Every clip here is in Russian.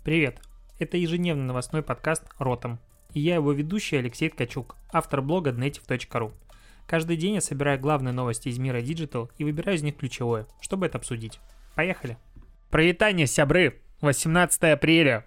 Привет! Это ежедневный новостной подкаст «Ротом». И я его ведущий Алексей Ткачук, автор блога Dnetiv.ru. Каждый день я собираю главные новости из мира Digital и выбираю из них ключевое, чтобы это обсудить. Поехали! Привитание, сябры! 18 апреля,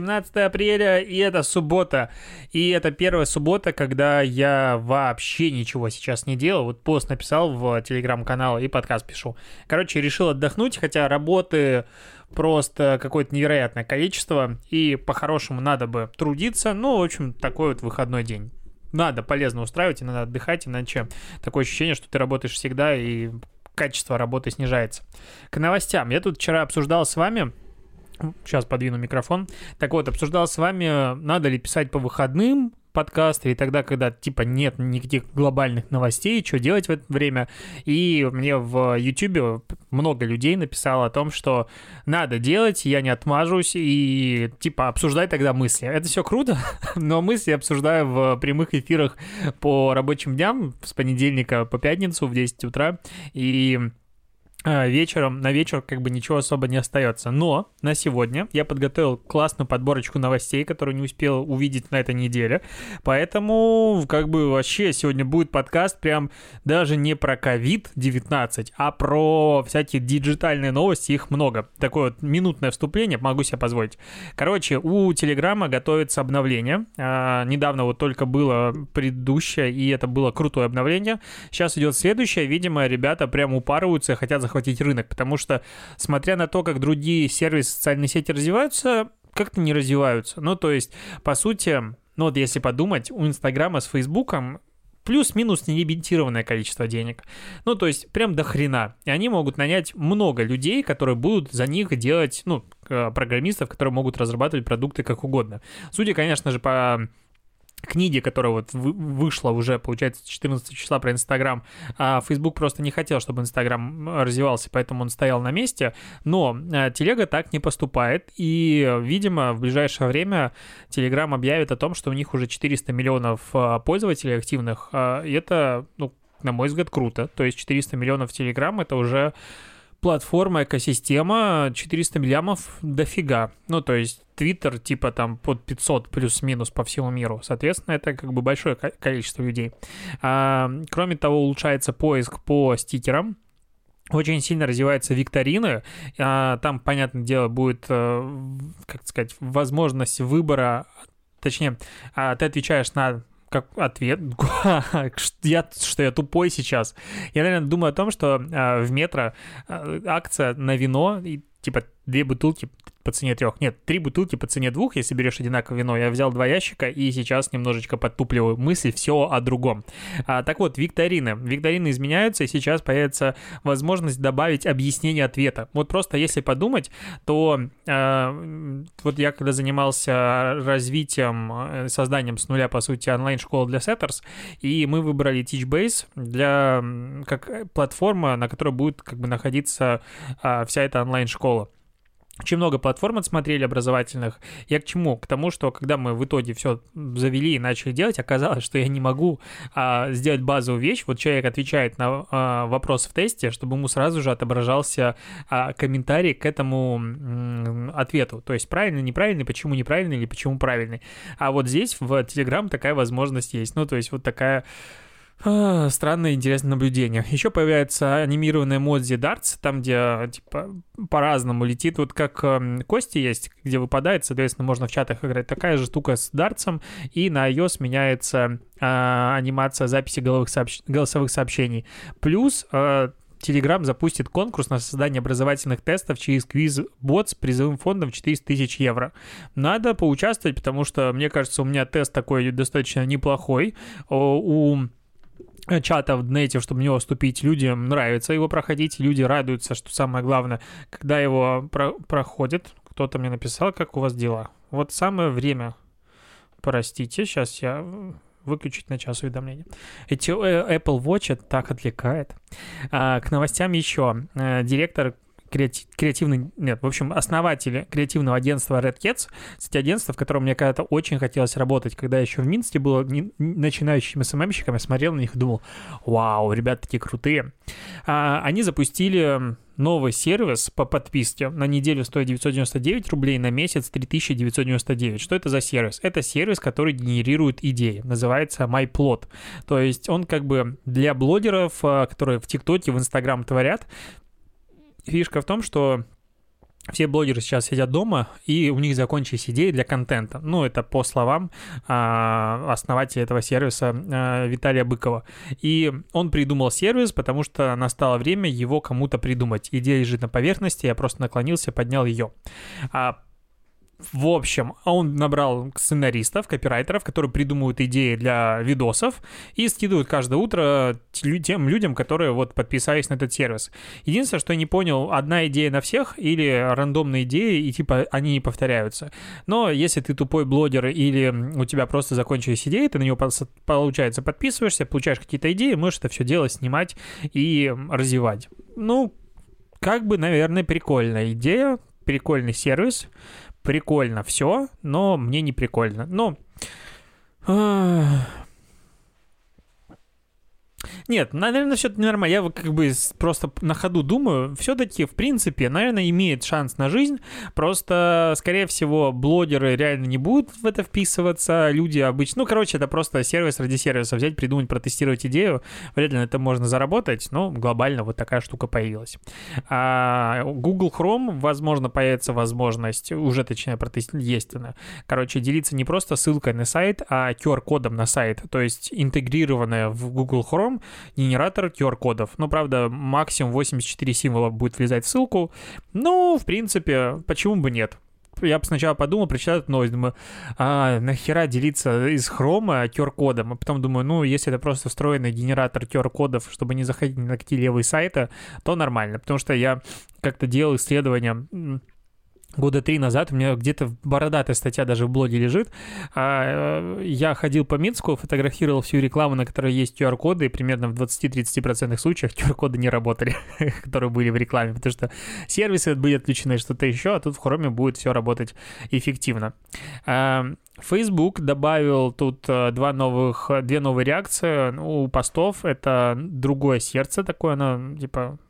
и это суббота. И это первая суббота, когда я вообще ничего сейчас не делал. Вот пост написал в телеграм-канал и подкаст пишу. Короче, решил отдохнуть, хотя работы просто какое-то невероятное количество. И по-хорошему надо бы трудиться. Ну, в общем, такой вот выходной день. Надо полезно устраивать, и надо отдыхать, иначе такое ощущение, что ты работаешь всегда, и качество работы снижается. К новостям. Я тут вчера обсуждал с вами... Сейчас подвину микрофон. Так вот, обсуждал с вами, надо ли писать по выходным подкасты, и тогда, когда типа нет никаких глобальных новостей, что делать в это время. И мне в YouTube много людей написало о том, что надо делать, я не отмажусь, и типа обсуждай тогда мысли. Это все круто, но мысли обсуждаю в прямых эфирах по рабочим дням с понедельника по пятницу в 10 утра, и... вечером, на вечер как бы ничего особо не остается. Но на сегодня я подготовил классную подборочку новостей, которую не успел увидеть на этой неделе. Поэтому как бы вообще сегодня будет подкаст прям даже не про COVID-19, а про всякие диджитальные новости, их много. Такое вот минутное вступление могу себе позволить. Короче, у Телеграма готовится обновление. Недавно вот только было предыдущее, и это было крутое обновление. Сейчас идет следующее. Видимо, ребята прям упарываются и хотят захватить рынок, потому что, смотря на то, как другие сервисы социальной сети развиваются, как-то не развиваются. Ну, то есть, по сути, ну вот если подумать, у Инстаграма с Фейсбуком плюс-минус нелимитированное количество денег. Ну, то есть, прям до хрена. И они могут нанять много людей, которые будут за них делать, ну, программистов, которые могут разрабатывать продукты как угодно. Судя, конечно же, по... книги, которая вот вышла уже, получается, 14 числа про Инстаграм, а Facebook просто не хотел, чтобы Инстаграм развивался, поэтому он стоял на месте, но Телега так не поступает, и, видимо, в ближайшее время Телеграм объявит о том, что у них уже 400 миллионов пользователей активных, и это, ну, на мой взгляд, круто, то есть 400 миллионов Телеграм — это уже... платформа, экосистема, 400 миллиамов дофига. Ну, то есть Твиттер типа там под 500 плюс-минус по всему миру. Соответственно, это как бы большое количество людей. Кроме того, улучшается поиск по стикерам. Очень сильно развиваются викторины. Там, понятное дело, будет, как сказать, возможность выбора. Точнее, ты отвечаешь на... как ответ, что я тупой сейчас. Я, наверное, думаю о том, что в Метро акция на вино, и, типа 2 бутылки по цене 3. Нет, 3 бутылки по цене 2, если берешь одинаковое вино. Я взял 2 ящика и сейчас немножечко подтупливаю мысли, все о другом. Так вот, викторины. Викторины изменяются, и сейчас появится возможность добавить объяснение ответа. Вот просто если подумать, то вот я когда занимался развитием, созданием с нуля, по сути, онлайн-школы для сеттерс, и мы выбрали Teachbase как платформа, на которой будет как бы находиться вся эта онлайн-школа. Очень много платформ отсмотрели образовательных. Я к чему? К тому, что когда мы в итоге все завели и начали делать, оказалось, что я не могу сделать базовую вещь. Вот человек отвечает на вопрос в тесте, чтобы ему сразу же отображался комментарий к этому ответу. То есть правильный, неправильный, почему неправильный или почему правильный. А вот здесь в Telegram такая возможность есть. Ну, то есть вот такая... странное интересное наблюдение. Еще появляется анимированная эмодзи Darts, там, где типа по-разному летит. Вот как кости есть, где выпадает, соответственно, можно в чатах играть. Такая же штука с дартсом, и на iOS меняется анимация записи голосовых сообщений. Плюс Telegram запустит конкурс на создание образовательных тестов через квиз-бот с призовым фондом 400 тысяч евро. Надо поучаствовать, потому что, мне кажется, у меня тест такой достаточно неплохой. У чата в Dnetiv, чтобы в него вступить, людям нравится его проходить, люди радуются, что самое главное, когда его проходят. Кто-то мне написал, как у вас дела. Вот самое время. Простите, сейчас я выключить на час уведомления. Эти Apple Watch это так отвлекает. К новостям еще. Директор основатель креативного агентства Red Cats, кстати, агентство, в котором мне когда-то очень хотелось работать, когда я еще в Минске был начинающим СММщиком, я смотрел на них и думал, вау, ребята такие крутые. Они запустили новый сервис по подписке. На неделю стоит 999 рублей, на месяц 3999. Что это за сервис? Это сервис, который генерирует идеи. Называется MyPlot. То есть он как бы для блогеров, которые в ТикТоке, в Инстаграм творят. Фишка в том, что все блогеры сейчас сидят дома, и у них закончились идеи для контента. Ну, это по словам основателя этого сервиса Виталия Быкова. И он придумал сервис, потому что настало время его кому-то придумать. Идея лежит на поверхности, я просто наклонился, поднял ее. В общем, он набрал сценаристов, копирайтеров, которые придумывают идеи для видосов и скидывают каждое утро тем людям, которые вот подписались на этот сервис. Единственное, что я не понял, одна идея на всех или рандомные идеи, и типа они не повторяются. Но если ты тупой блогер или у тебя просто закончились идеи, ты на него, получается, подписываешься, получаешь какие-то идеи, можешь это все дело снимать и развивать. Ну, как бы, наверное, прикольная идея, прикольный сервис. Прикольно все, но мне не прикольно. Ну, нет, наверное, все-таки нормально. Я как бы просто на ходу думаю, все-таки, в принципе, наверное, имеет шанс на жизнь. Просто, скорее всего, блогеры реально не будут в это вписываться. Люди обычно... Ну, короче, это просто сервис ради сервиса. Взять, придумать, протестировать идею. Вряд ли на это можно заработать, но глобально вот такая штука появилась. Google Chrome, возможно, появится возможность, уже, точнее, протестировать, есть она. Короче, делиться не просто ссылкой на сайт, а QR-кодом на сайт. То есть интегрированная в Google Chrome генератор QR-кодов. Ну, правда, максимум 84 символа будет влезать в ссылку. Ну, в принципе, почему бы нет? Я бы сначала подумал, прочитал эту новость, думаю, нахера делиться из Chrome QR-кодом? А потом думаю, ну, если это просто встроенный генератор QR-кодов, чтобы не заходить ни на какие левые сайты, то нормально. Потому что я как-то делал исследования... Года 3 назад, у меня где-то бородатая статья даже в блоге лежит. Я ходил по Минску, фотографировал всю рекламу, на которой есть QR-коды, и примерно в 20-30% случаев QR-коды не работали, которые были в рекламе, потому что сервисы были отключены, что-то еще, а тут в Chrome будет все работать эффективно. Facebook добавил тут две новые реакции у постов. Это другое сердце такое, оно типа...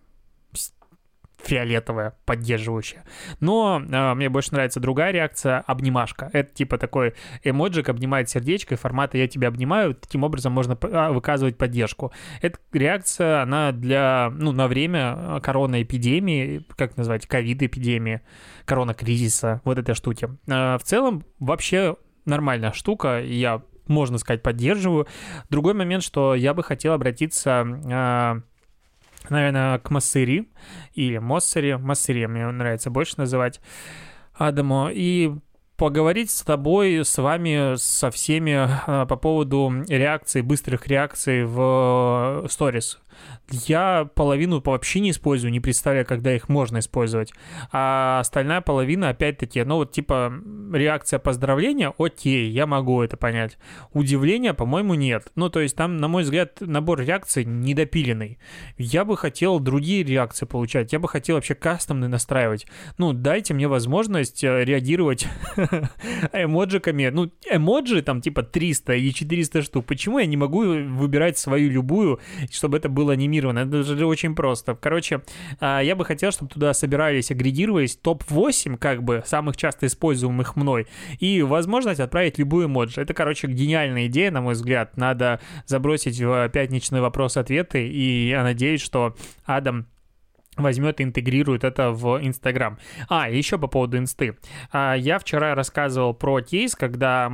фиолетовая, поддерживающая. Но мне больше нравится другая реакция — обнимашка. Это типа такой эмоджик обнимает сердечко, и формата «я тебя обнимаю». Таким образом можно выказывать поддержку. Эта реакция, она для, на время коронаэпидемии, как назвать, ковид-эпидемии, коронакризиса, вот этой штуки. В целом, вообще нормальная штука, я, можно сказать, поддерживаю. Другой момент, что я бы хотел обратиться... наверное, к Моссери или Моссери. Моссери мне нравится больше называть, Адаму. И поговорить с тобой, с вами, со всеми по поводу реакций, быстрых реакций в сторис. Я половину вообще не использую, не представляю, когда их можно использовать. А остальная половина, опять-таки, типа реакция поздравления, окей, я могу это понять. Удивления, по-моему, нет. То есть там, на мой взгляд, набор реакций недопиленный. Я бы хотел другие реакции получать, я бы хотел вообще кастомные настраивать. Дайте мне возможность реагировать эмоджиками. Эмоджи там типа 300 или 400 штук. Почему я не могу выбирать свою любую, чтобы это было анимировано? Это же очень просто. Короче, я бы хотел, чтобы туда собирались, агрегировались топ-8 как бы самых часто используемых мной и возможность отправить любую эмоджи. Это, гениальная идея, на мой взгляд. Надо забросить в пятничный вопрос-ответы, и я надеюсь, что Адам возьмет и интегрирует это в Инстаграм. Еще по поводу Инсты. Я вчера рассказывал про кейс, когда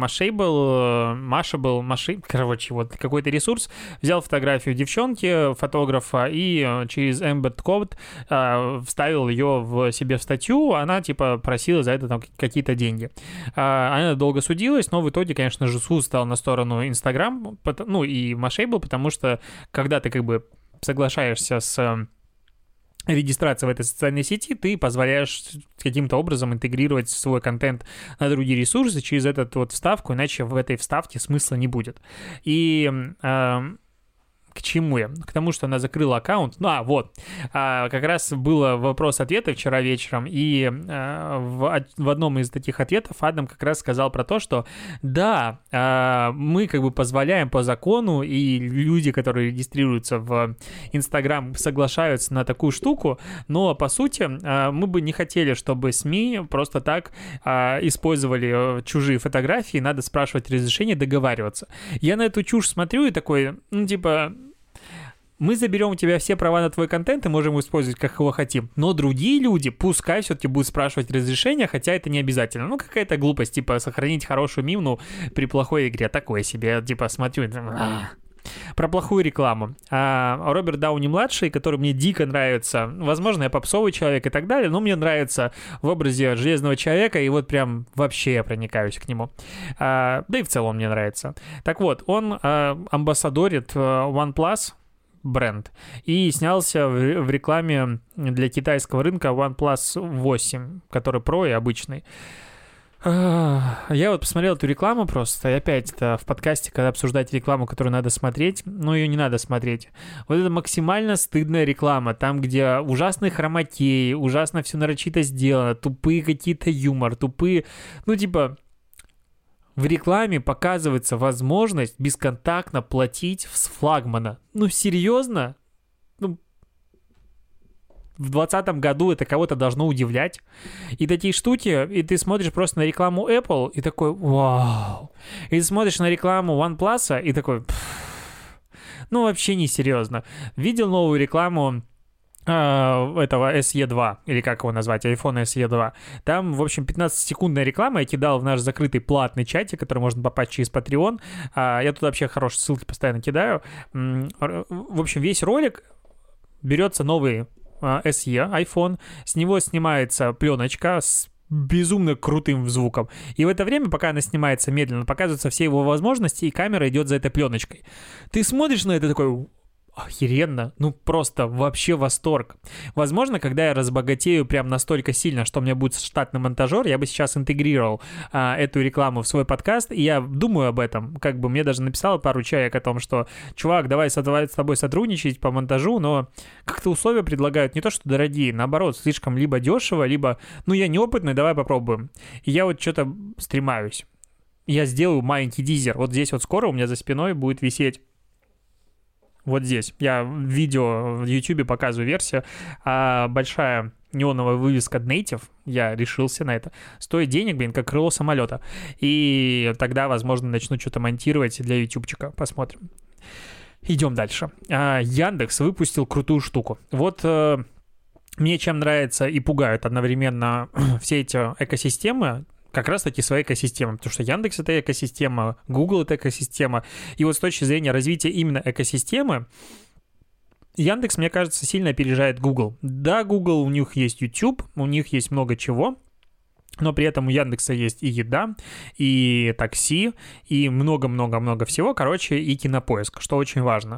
вот какой-то ресурс взял фотографию девчонки, фотографа, и через Embed Code вставил ее себе в статью. Она типа просила за это там какие-то деньги. Она долго судилась, но в итоге, конечно же, суд стал на сторону Инстаграм, и Mashable, потому что когда ты как бы соглашаешься с регистрация в этой социальной сети, ты позволяешь каким-то образом интегрировать свой контент на другие ресурсы через эту вот вставку, иначе в этой вставке смысла не будет. И К чему я? К тому, что она закрыла аккаунт. Как раз было вопрос-ответы вчера вечером, и в одном из таких ответов Адам как раз сказал про то, что да, мы как бы позволяем по закону, и люди, которые регистрируются в Инстаграм, соглашаются на такую штуку, но по сути мы бы не хотели, чтобы СМИ просто так использовали чужие фотографии, надо спрашивать разрешение, договариваться. Я на эту чушь смотрю и такой, мы заберем у тебя все права на твой контент и можем его использовать, как его хотим. Но другие люди пускай все-таки будут спрашивать разрешения, хотя это не обязательно. Какая-то глупость, сохранить хорошую мимну при плохой игре. Такое себе, смотрю... Про плохую рекламу. Роберт Дауни-младший, который мне дико нравится, возможно, я попсовый человек и так далее, но мне нравится в образе Железного Человека, и вот прям вообще я проникаюсь к нему. Да и в целом мне нравится. Так вот, он амбассадорит OnePlus бренд и снялся в рекламе для китайского рынка OnePlus 8, который Pro и обычный. Я вот посмотрел эту рекламу просто, и опять-то в подкасте, когда обсуждаете рекламу, которую надо смотреть, ее не надо смотреть. Вот это максимально стыдная реклама, там, где ужасные хромакеи, ужасно все нарочито сделано, тупые какие-то юмор, тупые... В рекламе показывается возможность бесконтактно платить с флагмана. Серьезно? В 2020 году это кого-то должно удивлять. И такие штуки, и ты смотришь просто на рекламу Apple, и такой, вау. И ты смотришь на рекламу OnePlus, и такой, вообще не серьезно. Видел новую рекламу этого SE2, или как его назвать, iPhone SE2. Там, в общем, 15-секундная реклама я кидал в наш закрытый платный чатик, который можно попасть через Patreon. Я тут вообще хорошие ссылки постоянно кидаю. В общем, весь ролик берется новый SE iPhone, с него снимается пленочка с безумно крутым звуком. И в это время, пока она снимается медленно, показываются все его возможности, и камера идет за этой пленочкой. Ты смотришь на это такой... Охеренно, просто вообще восторг. Возможно, когда я разбогатею прям настолько сильно, что у меня будет штатный монтажер, я бы сейчас интегрировал эту рекламу в свой подкаст, и я думаю об этом. Мне даже написал пару человек о том, что, чувак, давай с тобой сотрудничать по монтажу, но как-то условия предлагают не то, что дорогие, наоборот, слишком либо дешево, либо, я неопытный, давай попробуем. И я вот что-то стремаюсь. Я сделаю маленький дизер. Вот здесь вот скоро у меня за спиной будет висеть вот здесь. Я в видео в YouTube показываю версию. Большая неоновая вывеска Native, я решился на это, стоит денег, как крыло самолета. И тогда, возможно, начну что-то монтировать для ютубчика. Посмотрим. Идем дальше. Яндекс выпустил крутую штуку. Вот мне чем нравится и пугают одновременно все эти экосистемы, как раз-таки своей экосистемой, потому что Яндекс — это экосистема, Google — это экосистема, и вот с точки зрения развития именно экосистемы, Яндекс, мне кажется, сильно опережает Google. Да, Google, у них есть YouTube, у них есть много чего, но при этом у Яндекса есть и еда, и такси, и много-много-много всего, и Кинопоиск, что очень важно.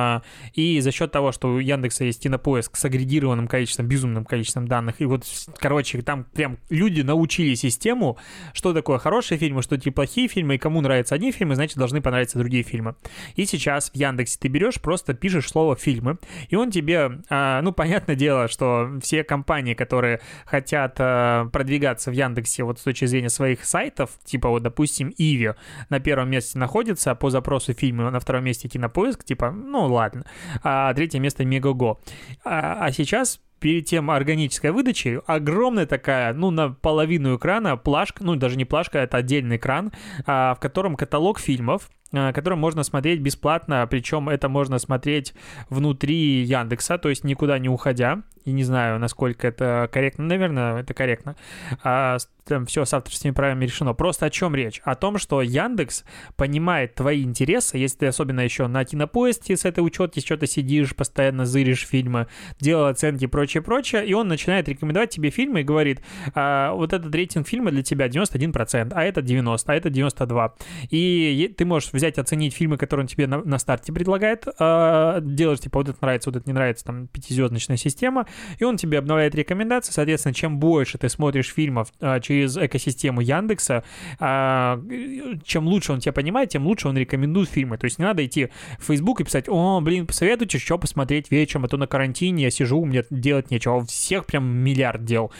И за счет того, что у Яндекса есть Кинопоиск с агрегированным количеством, безумным количеством данных, и вот, там прям люди научили систему, что такое хорошие фильмы, что такие плохие фильмы, и кому нравятся одни фильмы, значит, должны понравиться другие фильмы. И сейчас в Яндексе ты берешь, просто пишешь слово «фильмы», и он тебе, понятное дело, что все компании, которые хотят продвигаться в Яндексе вот с точки зрения своих сайтов, допустим, Иви на первом месте находится по запросу фильма, на втором месте Кинопоиск, ладно, а третье место Мегаго. А сейчас перед тем органической выдачей огромная такая, на половину экрана плашка, даже не плашка, это отдельный экран, в котором каталог фильмов, который можно смотреть бесплатно, причем это можно смотреть внутри Яндекса, то есть никуда не уходя. И не знаю, насколько это корректно. Наверное, это корректно. Там все с авторскими правами решено. Просто о чем речь? О том, что Яндекс понимает твои интересы, если ты особенно еще на Кинопоиске с этой учетки что-то сидишь, постоянно зыришь фильмы, делал оценки и прочее, и он начинает рекомендовать тебе фильмы и говорит, вот этот рейтинг фильма для тебя 91%, а этот 90%, а этот 92%. И ты можешь взять, оценить фильмы, которые он тебе на старте предлагает, делаешь, вот это нравится, вот это не нравится, там, 5-звездочная система, и он тебе обновляет рекомендации. Соответственно, чем больше ты смотришь фильмов через экосистему Яндекса, чем лучше он тебя понимает, тем лучше он рекомендует фильмы. То есть не надо идти в Facebook и писать: о, блин, посоветуйте, что посмотреть вечером, а то на карантине я сижу, у меня делать нечего. У всех прям миллиард дел.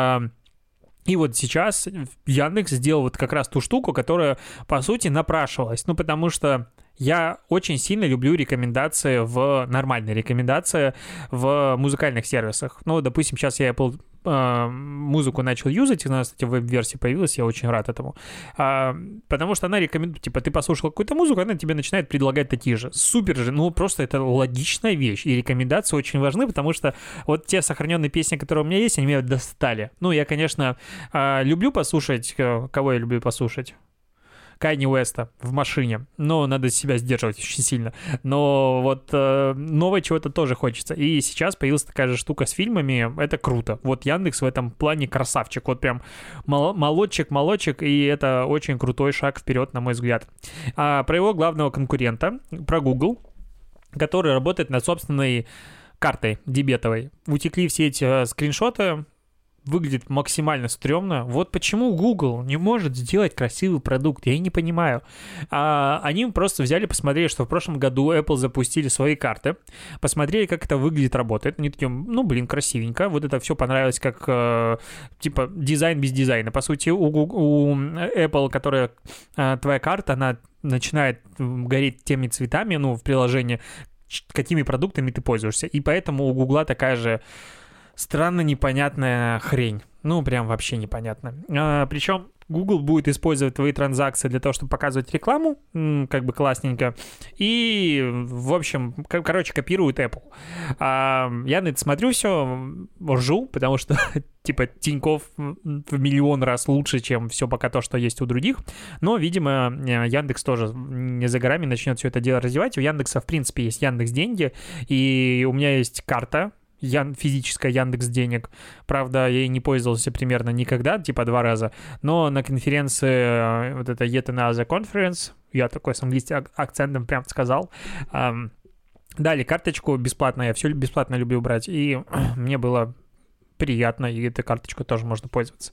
И вот сейчас Яндекс сделал вот как раз ту штуку, которая, по сути, напрашивалась. Ну, потому что я очень сильно люблю рекомендации нормальные рекомендации в музыкальных сервисах. Ну, допустим, сейчас я Apple музыку начал юзать, у нас, кстати, веб-версия появилась, я очень рад этому. Потому что она рекомендует, типа, ты послушал какую-то музыку, она тебе начинает предлагать такие же. Супер же, ну, просто это логичная вещь. И рекомендации очень важны, потому что вот те сохраненные песни, которые у меня есть, они меня достали. Ну, я, конечно, люблю послушать, кого я люблю послушать? Канье Уэста в машине, но надо себя сдерживать очень сильно. Но вот новое чего-то тоже хочется. И сейчас появилась такая же штука с фильмами, это круто. Вот Яндекс в этом плане красавчик, вот прям молодчик, и это очень крутой шаг вперед, на мой взгляд. Про его главного конкурента, про Google, который работает над собственной картой дебетовой. Утекли все эти скриншоты, выглядит максимально стрёмно. Вот почему Google не может сделать красивый продукт, я и не понимаю. Они просто взяли, посмотрели, что в прошлом году Apple запустили свои карты, посмотрели, как это выглядит, работает. Они такие: ну, блин, красивенько. Вот это все понравилось, как, типа, дизайн без дизайна. По сути, у Apple, которая твоя карта, она начинает гореть теми цветами, ну, в приложении, какими продуктами ты пользуешься. И поэтому у Google такая же странно непонятная хрень. Ну, прям вообще непонятно. Причем Google будет использовать твои транзакции для того, чтобы показывать рекламу, как бы классненько. И, в общем, короче, копирует Apple. Я на это смотрю все, ржу, потому что, типа, Тинькофф в миллион раз лучше, чем все пока то, что есть у других. Но, видимо, Яндекс тоже не за горами начнет все это дело развивать. У Яндекса, в принципе, есть Яндекс.Деньги, и у меня есть карта, физическая Яндекс.Денег. Правда, я ей не пользовался примерно никогда, типа 2 раза. Но на конференции, вот это Yet Another Conference, я такой с английским акцентом прям сказал, дали карточку бесплатно, я все бесплатно люблю брать, и мне было приятно, и этой карточкой тоже можно пользоваться.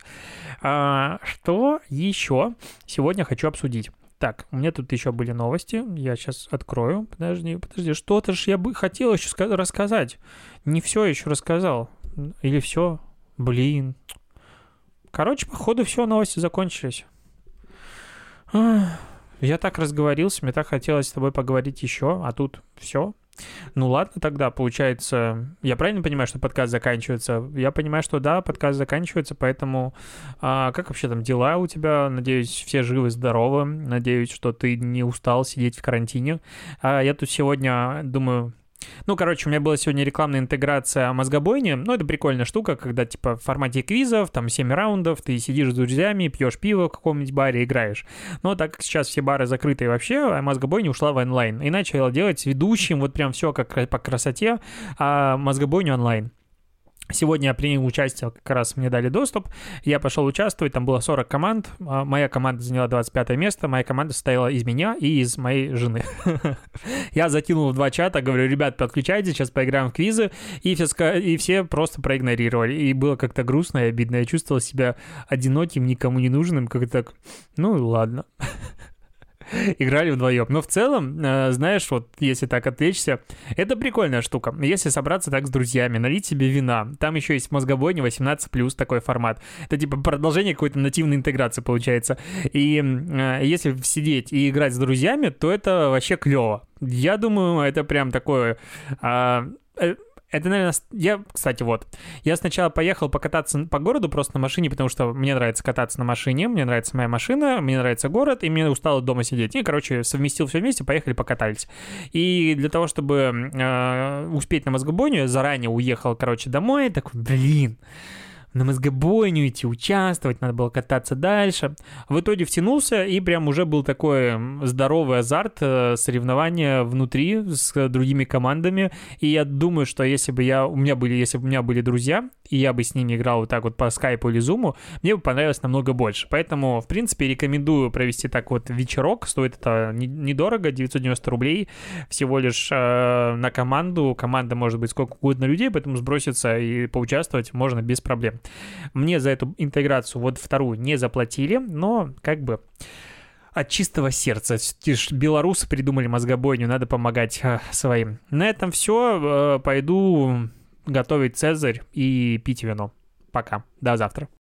Что еще сегодня хочу обсудить? Так, у меня тут еще были новости. Я сейчас открою. Подожди, что-то ж я бы хотел еще рассказать. Не все еще рассказал. Или все? Блин. Короче, походу, все, новости закончились. Я так разговорился, мне так хотелось с тобой поговорить еще, а тут все. Ну ладно, тогда, получается, я правильно понимаю, что подкаст заканчивается? Я понимаю, что да, подкаст заканчивается, поэтому как вообще там дела у тебя? Надеюсь, все живы, здоровы. Надеюсь, что ты не устал сидеть в карантине. Я тут сегодня думаю... Ну, короче, у меня была сегодня рекламная интеграция мозгобойни. Ну, это прикольная штука, когда, типа, в формате квизов, там, 7 раундов, ты сидишь с друзьями, пьешь пиво в каком-нибудь баре, играешь. Но так как сейчас все бары закрыты и вообще, а мозгобойня ушла в онлайн. И начала делать с ведущим, вот прям все как по красоте, мозгобойню онлайн. Сегодня я принял участие, как раз мне дали доступ, я пошел участвовать, там было 40 команд, моя команда заняла 25 место, моя команда состояла из меня и из моей жены. Я закинул в 2 чата, говорю: ребят, подключайтесь, сейчас поиграем в квизы, и все просто проигнорировали, и было как-то грустно и обидно, я чувствовал себя одиноким, никому не нужным, как-то так, ну ладно. Играли вдвоем. Но в целом, знаешь, вот если так отвлечься, это прикольная штука. Если собраться так с друзьями, налить себе вина, там еще есть мозгобойня 18+, такой формат. Это типа продолжение какой-то нативной интеграции получается. И если сидеть и играть с друзьями, то это вообще клево. Я думаю, это прям такое... Это, наверное, кстати, я сначала поехал покататься по городу просто на машине, потому что мне нравится кататься на машине, мне нравится моя машина, мне нравится город, и мне устало дома сидеть. И, короче, совместил все вместе, поехали покатались. И для того, чтобы успеть на мозгобойню, я заранее уехал, короче, домой, такой, блин, на мозгобойню идти участвовать, надо было кататься дальше. В итоге втянулся, и прям уже был такой здоровый азарт, соревнования внутри с другими командами. И я думаю, что если бы у меня были друзья, и я бы с ними играл вот так вот по скайпу или зуму, мне бы понравилось намного больше. Поэтому, в принципе, рекомендую провести так вот вечерок. Стоит это недорого, 990 рублей всего лишь на команду. Команда может быть сколько угодно людей, поэтому сброситься и поучаствовать можно без проблем. Мне за эту интеграцию, вот вторую, не заплатили, но как бы от чистого сердца. Белорусы придумали мозгобойню, надо помогать своим. На этом все. Пойду готовить цезарь и пить вино. Пока. До завтра.